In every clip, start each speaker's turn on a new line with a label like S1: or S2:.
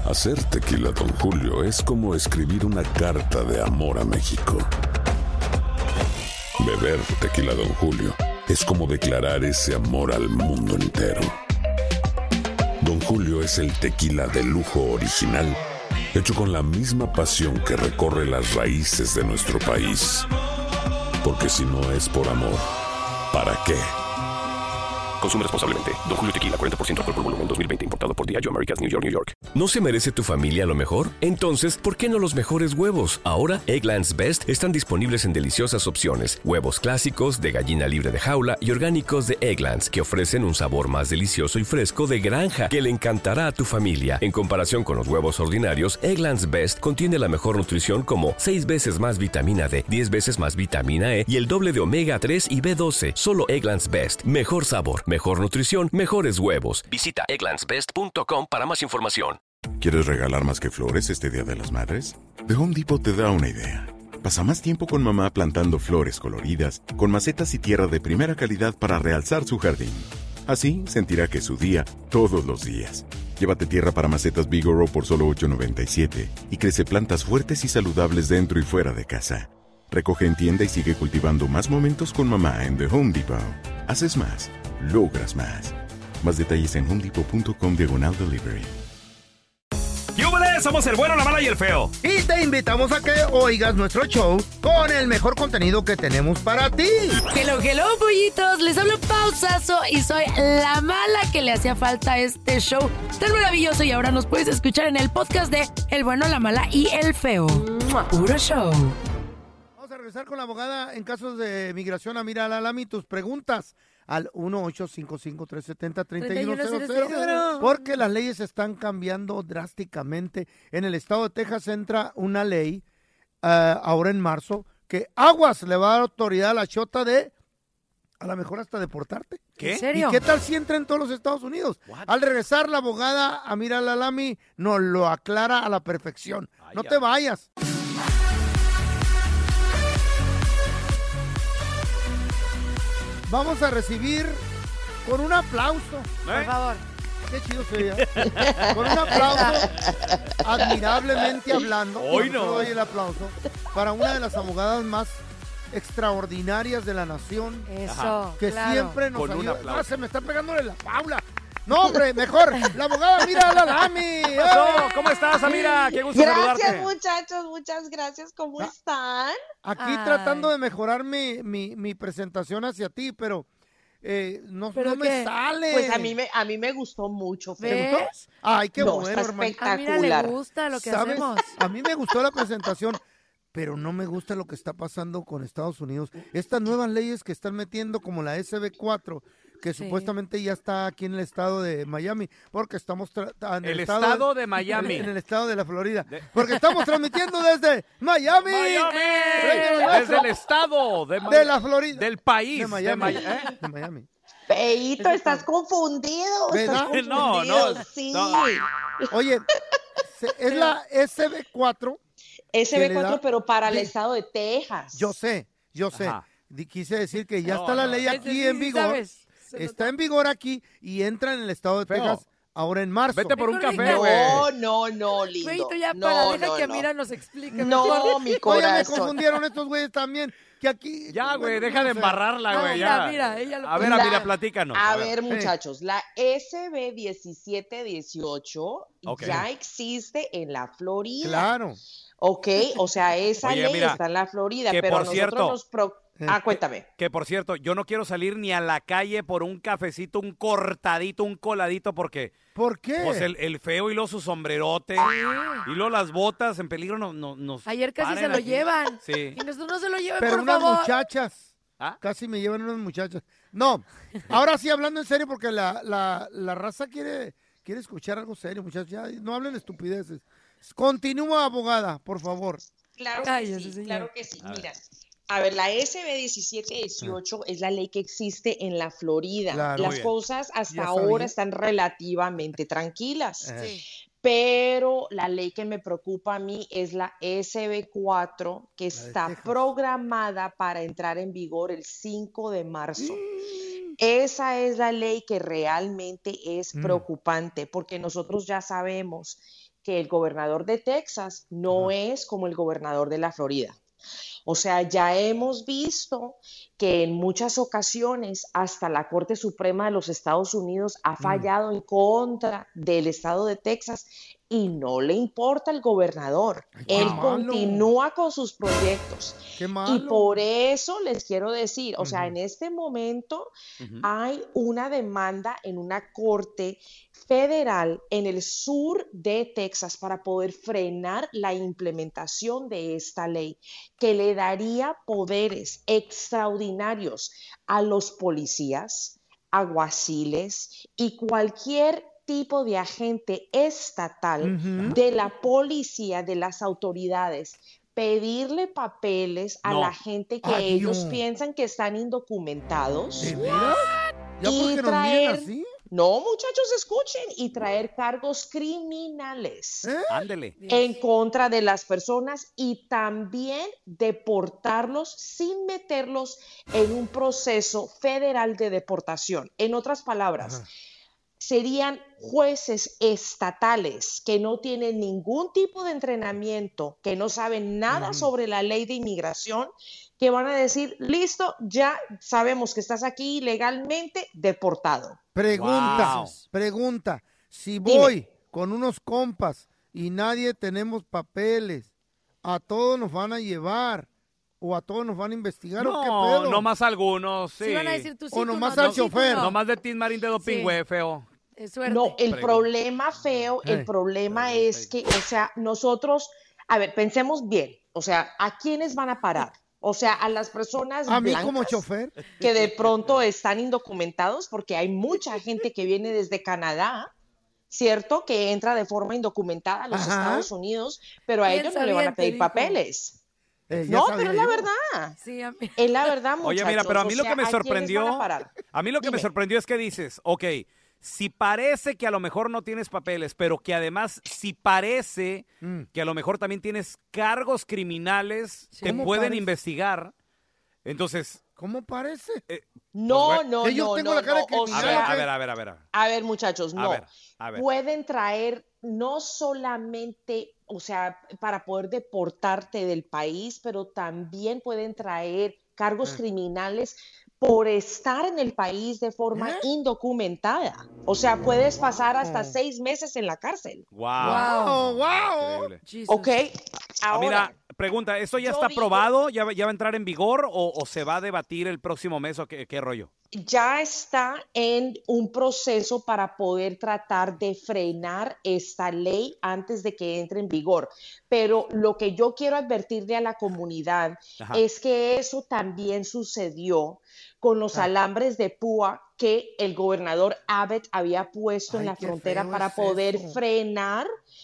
S1: Hacer tequila Don Julio es como escribir una carta de amor a México. Beber tequila Don Julio es como declarar ese amor al mundo entero. Don Julio es el tequila de lujo original, hecho con la misma pasión que recorre las raíces de nuestro país. Porque si no es por amor, ¿para qué?
S2: Consume responsablemente. Don Julio Tequila, 40% alcohol por volumen, 2020. Importado por Diageo Americas, New York, New York.
S3: ¿No se merece tu familia lo mejor? Entonces, ¿por qué no los mejores huevos? Ahora, Eggland's Best están disponibles en deliciosas opciones. Huevos clásicos, de gallina libre de jaula y orgánicos de Eggland's, que ofrecen un sabor más delicioso y fresco de granja que le encantará a tu familia. En comparación con los huevos ordinarios, Eggland's Best contiene la mejor nutrición como 6 veces más vitamina D, 10 veces más vitamina E y el doble de omega 3 y B12. Solo Eggland's Best. Mejor sabor, mejor nutrición, mejores huevos. Visita egglandsbest.com para más información.
S4: ¿Quieres regalar más que flores este Día de las Madres? The Home Depot te da una idea. Pasa más tiempo con mamá plantando flores coloridas, con macetas y tierra de primera calidad para realzar su jardín. Así sentirá que es su día todos los días. Llévate tierra para macetas Vigoro por solo $8.97 y crece plantas fuertes y saludables dentro y fuera de casa. Recoge en tienda y sigue cultivando más momentos con mamá en The Home Depot. Haces más, logras más. Más detalles en homedepot.com/delivery.
S5: ¡Yúbales! Somos el bueno, la mala y el feo.
S6: Y te invitamos a que oigas nuestro show con el mejor contenido que tenemos para ti.
S7: Hello, pollitos. Les hablo Pausazo y soy la mala que le hacía falta a este show tan maravilloso. Y ahora nos puedes escuchar en el podcast de El bueno, la mala y el feo. Puro show.
S6: Vamos a regresar con la abogada en casos de migración. Amira Lalami, tus preguntas al 1-855-370-3100, porque las leyes están cambiando drásticamente. En el estado de Texas entra una ley ahora en marzo que aguas le va a dar autoridad a la chota de a lo mejor hasta deportarte.
S5: ¿Qué?
S7: ¿En serio?
S6: ¿Y qué tal si entra en todos los Estados Unidos?
S5: What?
S6: Al regresar, la abogada Amira Lalami nos lo aclara a la perfección. No te vayas. Vamos a recibir con un aplauso.
S7: Por favor.
S6: Qué chido se veía. Con un aplauso, admirablemente hablando.
S5: Hoy no.
S6: Doy el aplauso para una de las abogadas más extraordinarias de la nación.
S7: Eso,
S6: Que
S7: claro.
S6: siempre nos
S5: Con un
S6: ayuda.
S5: aplauso.
S6: Ah, se me está pegándole la Paula. No, hombre, mejor. La abogada Amira Lalami.
S5: ¿Qué pasó? ¿Cómo estás, Amira? Qué gusto saludarte.
S8: Gracias, muchachos, muchas gracias. ¿Cómo están?
S6: Aquí
S7: Ay.
S6: tratando de mejorar mi presentación hacia ti, pero no
S7: ¿Pero
S6: me
S7: qué?
S6: sale.
S8: Pues a mí me gustó mucho,
S6: ¿Te
S8: Feo.
S6: gustó?
S7: ¿Ves?
S6: Ay, qué
S8: No,
S6: bueno,
S8: está
S6: hermano.
S7: A Mira le
S8: espectacular.
S7: gusta lo que
S6: ¿Sabes?
S7: hacemos.
S6: A mí me gustó la presentación, pero no me gusta lo que está pasando con Estados Unidos. Estas nuevas leyes que están metiendo, como la SB4, que
S7: Sí.
S6: supuestamente ya está aquí en el estado de Miami, porque estamos en
S5: El estado de Miami.
S6: en el estado de la Florida, porque estamos transmitiendo desde Miami,
S5: ¡Miami!
S6: Señor
S5: Desde el estado
S6: de la Florida,
S5: del país.
S6: de Miami,
S5: ¿Eh?
S6: de Miami.
S8: Feíto, estás confundido.
S6: ¿Verdad?
S8: Estás
S5: No,
S8: confundido,
S5: no,
S8: sí.
S5: no.
S6: Oye, es la SB4.
S8: SB4, pero para el
S6: de-
S8: estado de Texas.
S6: Yo sé.
S5: Ajá.
S6: Quise decir que ya
S5: No,
S6: está la
S5: no,
S6: ley
S5: no.
S6: aquí en vigor.
S7: ¿Sabes?
S6: Está en vigor aquí y entra en el estado de
S5: Feo.
S6: Texas ahora en marzo.
S5: Vete por un
S7: Mejor
S5: café,
S7: diga-
S5: güey.
S8: No, lindo.
S7: Feito, ya
S8: no,
S7: para, deja
S8: no,
S7: que
S8: no.
S7: Amira nos explique.
S8: No,
S7: mejor.
S8: mi
S6: Oye, me
S8: corazón.
S6: confundieron estos güeyes también. Que aquí.
S5: Ya, güey,
S6: bueno,
S5: deja de
S6: no sé.
S5: embarrarla,
S7: Ah,
S5: güey.
S7: mira,
S5: ya.
S7: mira, ella lo
S5: A ver,
S8: La-
S5: Amira, platícanos.
S8: A ver, muchachos, la SB 1718
S5: Ok.
S8: ya existe en la Florida.
S6: Claro.
S8: Ok, o sea, esa
S5: Oye,
S8: ley
S5: mira,
S8: está en la Florida,
S5: que
S8: pero
S5: por
S8: nosotros
S5: cierto-
S8: nos... cuéntame.
S5: Que por cierto, yo no quiero salir ni a la calle por un cafecito, un cortadito, un coladito, porque
S6: ¿Por qué?
S5: pues el feo y luego su sombrerote y luego las botas en peligro nos
S7: Ayer casi
S5: paren
S7: se lo
S5: aquí.
S7: llevan.
S5: Sí.
S7: Y nosotros no se lo lleven,
S6: Pero
S7: por
S6: unas
S7: favor.
S6: muchachas.
S5: ¿Ah?
S6: Casi me llevan unas muchachas. No, ahora sí, hablando en serio, porque la raza quiere escuchar algo serio, muchachos. Ya no hablen estupideces. Continúa, abogada, por favor.
S8: Claro
S7: Cállese,
S8: que sí,
S7: señor.
S8: claro que sí.
S5: A ver.
S8: Mira, a ver, la SB 1718 es la ley que existe en la Florida.
S6: Claro.
S8: Las
S5: Muy bien.
S8: cosas
S6: Ya
S8: hasta
S6: sabía.
S8: ahora están relativamente tranquilas.
S6: Eh.
S8: Pero la ley que me preocupa a mí es la SB4, que está
S6: Texas.
S8: programada para entrar en vigor el 5 de marzo. Esa es la ley que realmente es preocupante, porque nosotros ya sabemos que el gobernador de Texas no es como el gobernador de la Florida. O sea, ya hemos visto que en muchas ocasiones hasta la Corte Suprema de los Estados Unidos ha fallado en contra del estado de Texas y no le importa al gobernador. Él continúa con sus proyectos.
S6: Qué malo.
S8: Y por eso les quiero decir, o sea, en este momento hay una demanda en una corte federal en el sur de Texas para poder frenar la implementación de esta ley, que le daría poderes extraordinarios a los policías, alguaciles y cualquier tipo de agente estatal de la policía, de las autoridades, pedirle papeles a la gente que ellos piensan que están indocumentados.
S6: ¿De veras? ¿Ya
S8: y
S6: porque nos miren así?
S8: No, muchachos, escuchen, y traer cargos criminales
S5: Ándele.
S8: en contra de las personas y también deportarlos sin meterlos en un proceso federal de deportación. En otras palabras, serían jueces estatales que no tienen ningún tipo de entrenamiento, que no saben nada sobre la ley de inmigración, que van a decir, listo, ya sabemos que estás aquí legalmente deportado.
S6: Pregunta, si voy con unos compas y nadie tenemos papeles, ¿a todos nos van a llevar? ¿O a todos nos van a investigar? ¿O qué pedo?
S5: No más algunos, sí.
S7: Sí van a decir tú sí,
S6: O
S7: tú
S6: nomás
S7: no,
S6: al
S7: tú sí, tú
S6: chofer.
S7: no.
S5: No más de Tin Marín de Doping,
S7: Sí.
S5: güey, feo.
S7: Es suerte.
S8: No, el problema feo, el problema es que, o sea, nosotros, a ver, pensemos bien, o sea, ¿a quiénes van a parar? O sea, a las personas
S6: ¿A mí
S8: blancas
S6: como chofer?
S8: que de pronto están indocumentados, porque hay mucha gente que viene desde Canadá, ¿cierto? Que entra de forma indocumentada a los Estados Unidos, pero a ellos no le van a pedir papeles. No, pero es la verdad.
S7: Sí, a mí.
S8: Es la verdad, muchachos.
S5: Oye, mira, pero a mí
S8: O
S5: lo
S8: sea,
S5: que me
S8: ¿a quiénes
S5: sorprendió,
S8: van a parar?
S5: a mí lo que me
S8: Dime.
S5: sorprendió es que dices, ok, si parece que a lo mejor no tienes papeles, pero que además si parece que a lo mejor también tienes cargos criminales que
S6: ¿Cómo
S5: pueden
S6: parece?
S5: investigar, entonces...
S6: ¿Cómo parece?
S8: No, no,
S6: que yo
S8: no,
S6: tengo
S8: no,
S6: la cara
S8: no.
S6: que
S8: O
S6: mira,
S8: sea,
S5: A ver.
S8: a ver, muchachos, no.
S5: A ver.
S8: Pueden traer no solamente, o sea, para poder deportarte del país, pero también pueden traer cargos criminales por estar en el país de forma indocumentada. O sea, puedes pasar hasta 6 meses en la cárcel.
S5: Wow. Increíble.
S7: Jesus.
S8: ¿Ok? Ahora,
S5: Mira, pregunta, ¿esto ya
S8: yo
S5: está
S8: digo-
S5: aprobado? ¿Ya va a entrar en vigor o se va a debatir el próximo mes o qué rollo?
S8: ya está en un proceso para poder tratar de frenar esta ley antes de que entre en vigor. Pero lo que yo quiero advertirle a la comunidad es que eso también sucedió con los alambres de púa que el gobernador Abbott había puesto en la
S6: qué
S8: frontera
S6: feo
S8: para
S6: es
S8: poder
S6: eso.
S8: frenar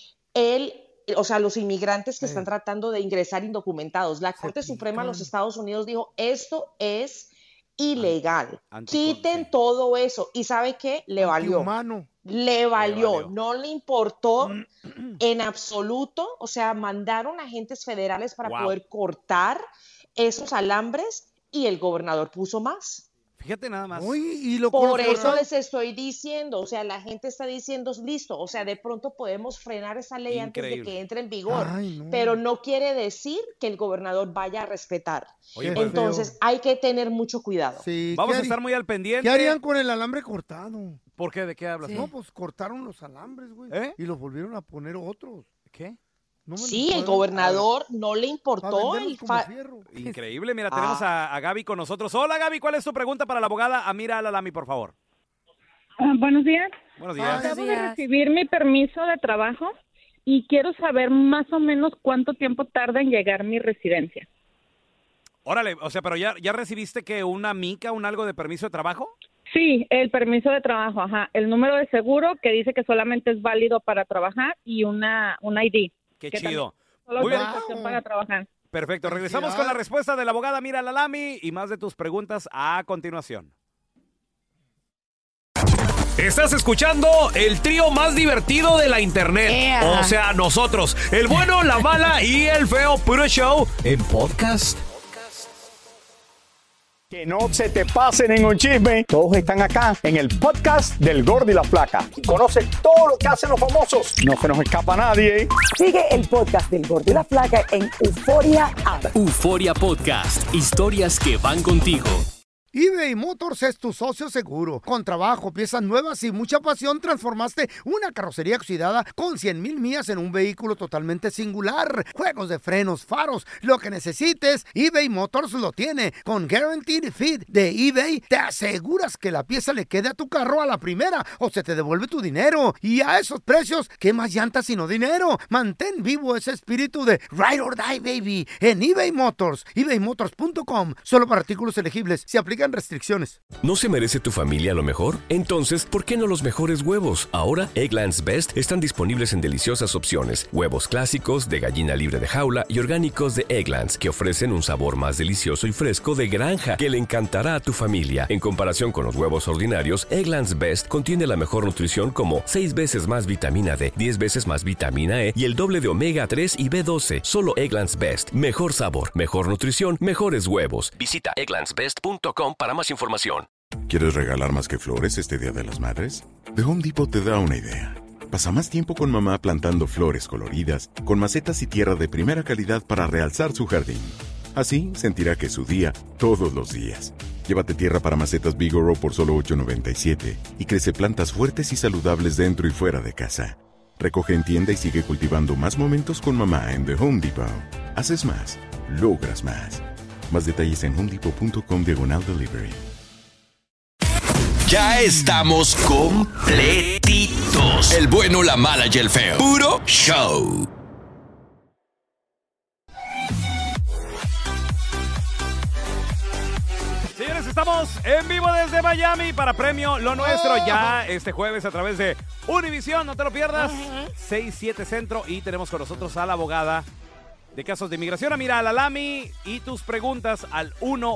S8: o sea, los inmigrantes que están tratando de ingresar indocumentados. La Corte Suprema de los Estados Unidos dijo, esto es ilegal. Quiten todo eso. ¿Y sabe qué? Le valió.
S6: Antihumano.
S8: Le valió. No le importó en absoluto. O sea, mandaron agentes federales para poder cortar esos alambres y el gobernador puso más.
S5: Fíjate nada más.
S6: Uy, y lo
S8: Por
S6: cortaron.
S8: eso les estoy diciendo, o sea, la gente está diciendo, listo, o sea, de pronto podemos frenar esa ley antes de
S5: Increíble.
S8: que entre en vigor,
S6: Ay, no.
S8: pero no quiere decir que el gobernador vaya a respetar.
S5: Oye, pues,
S8: Entonces, hay que tener mucho cuidado.
S6: Sí,
S5: Vamos
S6: ¿qué
S5: a estar muy al pendiente.
S6: ¿Qué harían con el alambre cortado?
S5: ¿Por qué? ¿De qué hablas?
S6: No, pues cortaron los alambres, güey.
S5: ¿Eh?
S6: Y los volvieron a poner otros.
S5: ¿Qué?
S6: No me los
S8: Sí, el
S6: pueden-
S8: gobernador no le
S6: para
S8: importó
S6: venderlos
S8: el
S6: como fierro.
S5: Increíble. Mira, tenemos a Gaby con nosotros. Hola, Gaby, ¿cuál es tu pregunta para la abogada Amira Al-Alami, por favor?
S9: Buenos días.
S5: Buenos días.
S9: Acabo de recibir mi permiso de trabajo y quiero saber más o menos cuánto tiempo tarda en llegar mi residencia.
S5: Órale, o sea, pero ya recibiste que una mica, un algo de permiso de trabajo.
S9: Sí, el permiso de trabajo, ajá. El número de seguro que dice que solamente es válido para trabajar y un ID.
S5: Qué
S9: que
S5: chido.
S9: también solo
S5: Muy
S9: es
S5: bien.
S9: autorización para trabajar.
S5: Perfecto, regresamos con la respuesta de la abogada Amira Al-Alami y más de tus preguntas a continuación. Estás escuchando el trío más divertido de la internet.
S7: Yeah.
S5: O sea, nosotros, el bueno, la mala y el feo puro show en podcast.
S10: Que no se te pase ningún chisme. Todos están acá en el podcast del Gordo y la Flaca. Y conoce todo lo que hacen los famosos. No se nos escapa nadie.
S11: Sigue el podcast del Gordo y la Flaca en Euforia App.
S12: Euforia Podcast. Historias que van contigo.
S6: eBay Motors es tu socio seguro. Con trabajo, piezas nuevas y mucha pasión, transformaste una carrocería oxidada con 100,000 millas en un vehículo totalmente singular. Juegos de frenos, faros, lo que necesites, eBay Motors lo tiene. Con Guaranteed Fit de eBay, te aseguras que la pieza le quede a tu carro a la primera o se te devuelve tu dinero. Y a esos precios, ¿qué más llantas sino dinero? Mantén vivo ese espíritu de Ride or Die, baby, en eBay Motors. ebaymotors.com. Solo para artículos elegibles. Se aplican restricciones.
S3: ¿No se merece tu familia lo mejor? Entonces, ¿por qué no los mejores huevos? Ahora, Eggland's Best están disponibles en deliciosas opciones. Huevos clásicos, de gallina libre de jaula y orgánicos de Eggland's, que ofrecen un sabor más delicioso y fresco de granja que le encantará a tu familia. En comparación con los huevos ordinarios, Eggland's Best contiene la mejor nutrición como 6 veces más vitamina D, 10 veces más vitamina E y el doble de omega 3 y B12. Solo Eggland's Best. Mejor sabor, mejor nutrición, mejores huevos. Visita egglandsbest.com para más información.
S4: ¿Quieres regalar más que flores este Día de las Madres? The Home Depot te da una idea. Pasa más tiempo con mamá plantando flores coloridas, con macetas y tierra de primera calidad para realzar su jardín. Así sentirá que es su día todos los días. Llévate tierra para macetas Bigoro por solo $8.97 y crece plantas fuertes y saludables dentro y fuera de casa. Recoge en tienda y sigue cultivando más momentos con mamá en The Home Depot. Haces más, logras más. Más detalles en homedepot.com/delivery.
S13: Ya estamos completitos. El bueno, la mala y el feo. Puro show.
S5: Señores, estamos en vivo desde Miami para Premio Lo Nuestro. Ya este jueves a través de Univisión, no te lo pierdas. 6-7 Centro y tenemos con nosotros a la abogada de casos de inmigración, Amira Al-Alami, y tus preguntas al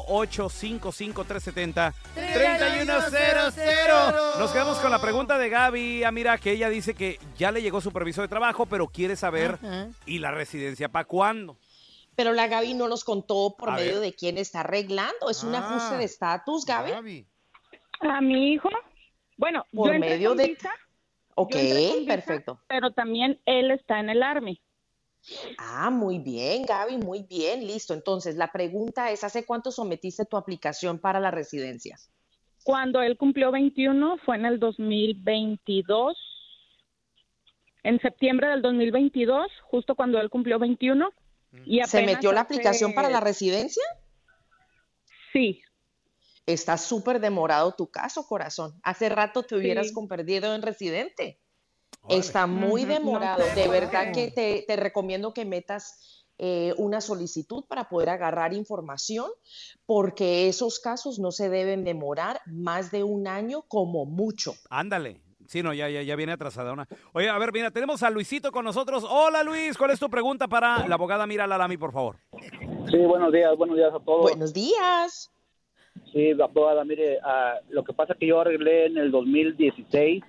S5: 1-855-370-3100. Nos quedamos con la pregunta de Gaby, Amira, que ella dice que ya le llegó su permiso de trabajo, pero quiere saber, ¿y la residencia para cuándo?
S8: Pero la Gaby no nos contó por
S5: A
S8: medio
S5: ver.
S8: de quién está arreglando. ¿Es un ajuste de estatus, Gaby?
S9: A mi hijo, bueno,
S8: Por
S9: yo entré
S8: medio
S9: con
S8: de...
S9: visa,
S8: Ok,
S9: yo entré con visa,
S8: perfecto.
S9: pero también él está en el Army.
S8: Ah, muy bien, Gaby, muy bien, listo. Entonces, la pregunta es, ¿hace cuánto sometiste tu aplicación para la residencia?
S9: Cuando él cumplió 21 fue en el 2022, en septiembre del 2022, justo cuando él cumplió 21. Y
S8: ¿Se
S9: apenas
S8: metió la
S9: hace-
S8: aplicación para la residencia?
S9: Sí.
S8: Está súper demorado tu caso, corazón. Hace rato te hubieras
S9: Sí.
S8: convertido en residente. Está muy demorado.
S9: No sé
S8: De
S9: por
S8: verdad
S9: qué.
S8: que te recomiendo que metas una solicitud para poder agarrar información, porque esos casos no se deben demorar más de un año como mucho.
S5: Ándale. Sí, no, ya viene atrasada una. Oye, a ver, mira, tenemos a Luisito con nosotros. Hola, Luis, ¿cuál es tu pregunta para la abogada Amira Al-Alami, por favor?
S14: Sí, buenos días a todos.
S8: Buenos días.
S14: Sí, abogada, mire, lo que pasa es que yo arreglé en el 2016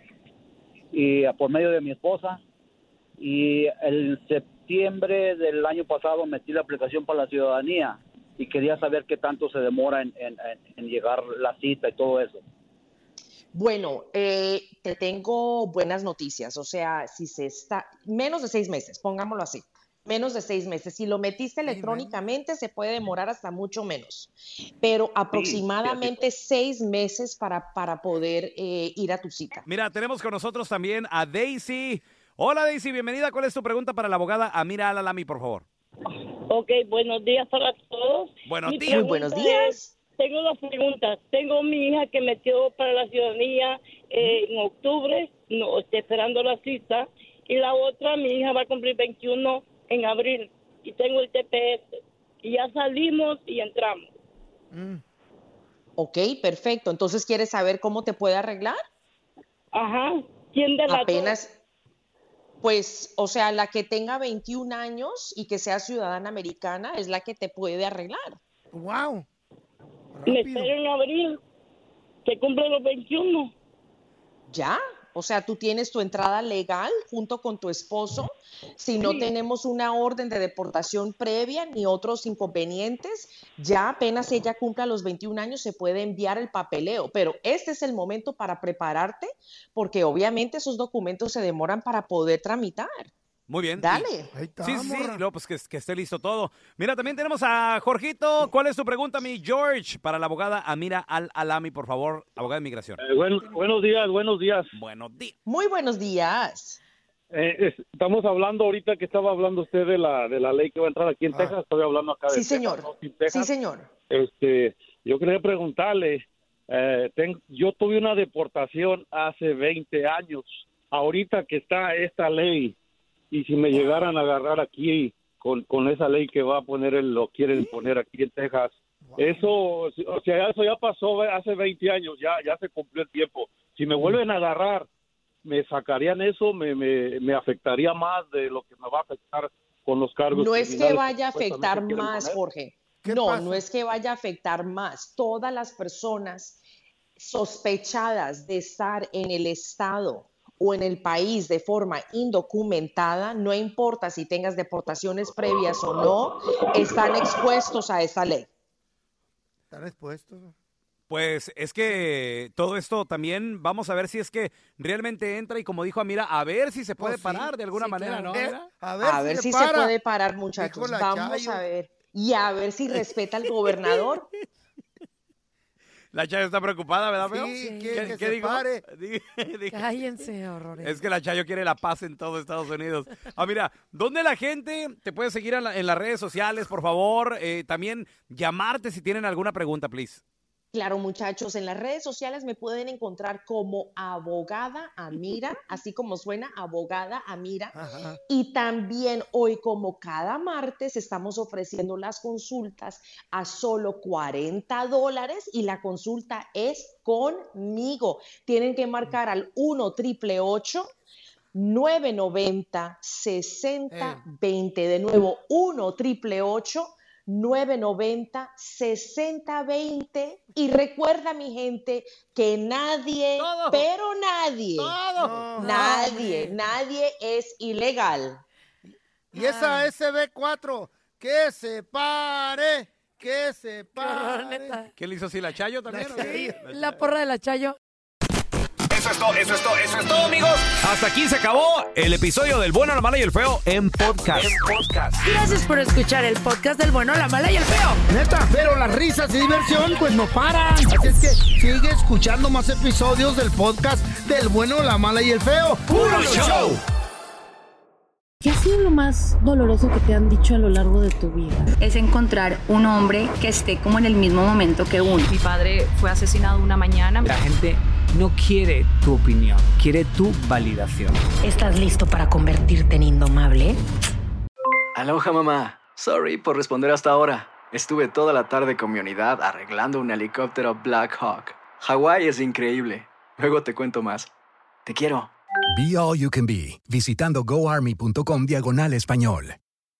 S14: y por medio de mi esposa, y el septiembre del año pasado metí la aplicación para la ciudadanía y quería saber qué tanto se demora en llegar la cita y todo eso.
S8: Bueno, te tengo buenas noticias. O sea, si se está menos de 6 meses, pongámoslo así, menos de 6 meses. Si lo metiste electrónicamente, se puede demorar hasta mucho menos, pero aproximadamente 6 meses para poder ir a tu cita.
S5: Mira, tenemos con nosotros también a Daisy. Hola, Daisy, bienvenida. ¿Cuál es tu pregunta para la abogada Amira Al-Alami, por favor?
S15: Ok, buenos días para todos.
S5: Buenos
S15: Mi
S5: días.
S15: pregunta
S8: Muy buenos días.
S15: es, tengo dos preguntas. Tengo mi hija que metió para la ciudadanía en octubre, no estoy esperando la cita. Y la otra, mi hija va a cumplir 21 en abril y tengo el TPS. Y ya salimos y entramos.
S8: Ok, perfecto. Entonces, ¿quieres saber cómo te puede arreglar?
S15: Ajá. ¿Quién de las
S8: Apenas, pues, o sea, la que tenga 21 años y que sea ciudadana americana es la que te puede arreglar.
S6: ¡Wow!
S15: Me espero en abril, que cumple los 21.
S8: ¿Ya? O sea, tú tienes tu entrada legal junto con tu esposo. Si no tenemos una orden de deportación previa ni otros inconvenientes, ya apenas ella cumpla los 21 años se puede enviar el papeleo. Pero este es el momento para prepararte porque obviamente esos documentos se demoran para poder tramitar.
S5: Muy bien.
S8: Dale.
S5: Sí, no, pues que esté listo todo. Mira, también tenemos a Jorgito. ¿Cuál es tu pregunta, mi George? Para la abogada Amira Al-Alami, por favor, abogada de inmigración.
S16: Buenos días.
S5: Buenos días.
S8: Muy buenos días.
S16: Estamos hablando ahorita que estaba hablando usted de la ley que va a entrar aquí en Texas. Estoy hablando acá de
S8: Sí, señor.
S16: Texas.
S8: Sí, señor.
S16: Yo quería preguntarle, yo tuve una deportación hace 20 años. Ahorita que está esta ley, y si me llegaran a agarrar aquí con esa ley que va a poner lo quieren poner aquí en Texas, eso ya pasó hace 20 años, ya se cumplió el tiempo. Si me vuelven a agarrar, me sacarían eso, me afectaría más de lo que me va a afectar con los cargos.
S8: No es que vaya a afectar
S16: quieren
S8: más,
S16: poner.
S8: Jorge.
S6: pasa?
S8: No es que vaya a afectar más. Todas las personas sospechadas de estar en el estado o en el país de forma indocumentada, no importa si tengas deportaciones previas o no, están expuestos a esa ley.
S6: ¿Están expuestos?
S5: Pues es que todo esto también vamos a ver si es que realmente entra y como dijo Amira, a ver si se puede parar de alguna manera, ¿no?
S8: A ver si se puede parar, muchachos. Vamos a ver. Y a ver si respeta al gobernador.
S5: La Chayo está preocupada, ¿verdad, Feo?
S6: Sí, que
S5: ¿Qué
S6: se
S5: dijo?
S6: pare.
S7: Cállense, horrores.
S5: Es que la Chayo quiere la paz en todo Estados Unidos. Mira, ¿dónde la gente te puede seguir en las redes sociales, por favor? También llamarte si tienen alguna pregunta, please.
S8: Claro, muchachos, en las redes sociales me pueden encontrar como Abogada Amira, así como suena, Abogada Amira.
S6: Ajá.
S8: Y también hoy, como cada martes, estamos ofreciendo las consultas a solo $40 y la consulta es conmigo. Tienen que marcar al 1-888-990-6020. De nuevo, 1-888-990-6020. Y recuerda, mi gente, que nadie, pero nadie es ilegal.
S6: Y esa SB4, que se pare, que se pare.
S5: ¿Qué le hizo así la Chayo también?
S7: La porra de la Chayo.
S5: Eso es todo, amigos. Hasta aquí se acabó el episodio del Bueno, la Mala y el Feo en podcast.
S7: Gracias por escuchar el podcast del Bueno, la Mala y el Feo.
S6: Neta, pero las risas y diversión pues no paran. Así es que sigue escuchando más episodios del podcast del Bueno, la Mala y el Feo.
S13: ¡Puro show!
S17: ¿Qué ha sido lo más doloroso que te han dicho a lo largo de tu vida?
S18: Es encontrar un hombre que esté como en el mismo momento que uno.
S19: Mi padre fue asesinado una mañana.
S20: La gente no quiere tu opinión, quiere tu validación.
S21: ¿Estás listo para convertirte en indomable?
S22: Aloha, mamá. Sorry por responder hasta ahora. Estuve toda la tarde con mi unidad arreglando un helicóptero Black Hawk. Hawái es increíble. Luego te cuento más. Te quiero.
S23: Be All You Can Be, visitando goarmy.com/español.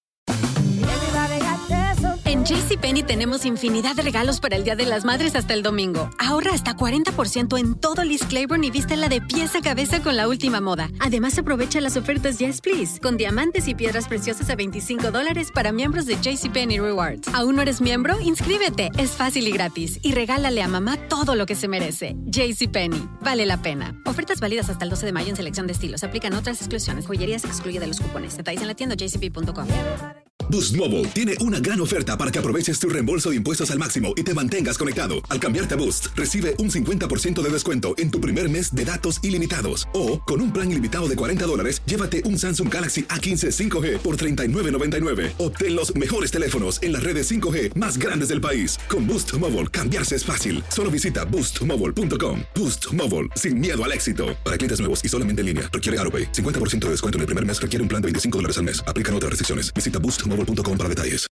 S24: En JCPenney tenemos infinidad de regalos para el Día de las Madres hasta el domingo. Ahorra hasta 40% en todo Liz Claiborne y vístela de pies a cabeza con la última moda. Además, aprovecha las ofertas Yes Please, con diamantes y piedras preciosas a $25 para miembros de JCPenney Rewards. ¿Aún no eres miembro? Inscríbete. Es fácil y gratis. Y regálale a mamá todo lo que se merece. JCPenney. Vale la pena. Ofertas válidas hasta el 12 de mayo en selección de estilos. Aplican otras exclusiones. Joyería se excluye de los cupones. Detalles en la tienda jcp.com.
S25: Boost Mobile tiene una gran oferta para que aproveches tu reembolso de impuestos al máximo y te mantengas conectado. Al cambiarte a Boost, recibe un 50% de descuento en tu primer mes de datos ilimitados. O, con un plan ilimitado de $40, llévate un Samsung Galaxy A15 5G por $39.99. Obtén los mejores teléfonos en las redes 5G más grandes del país. Con Boost Mobile, cambiarse es fácil. Solo visita boostmobile.com. Boost Mobile, sin miedo al éxito. Para clientes nuevos y solamente en línea, requiere AutoPay. 50% de descuento en el primer mes requiere un plan de $25 al mes. Aplican otras restricciones. Visita boostmobile.com para detalles.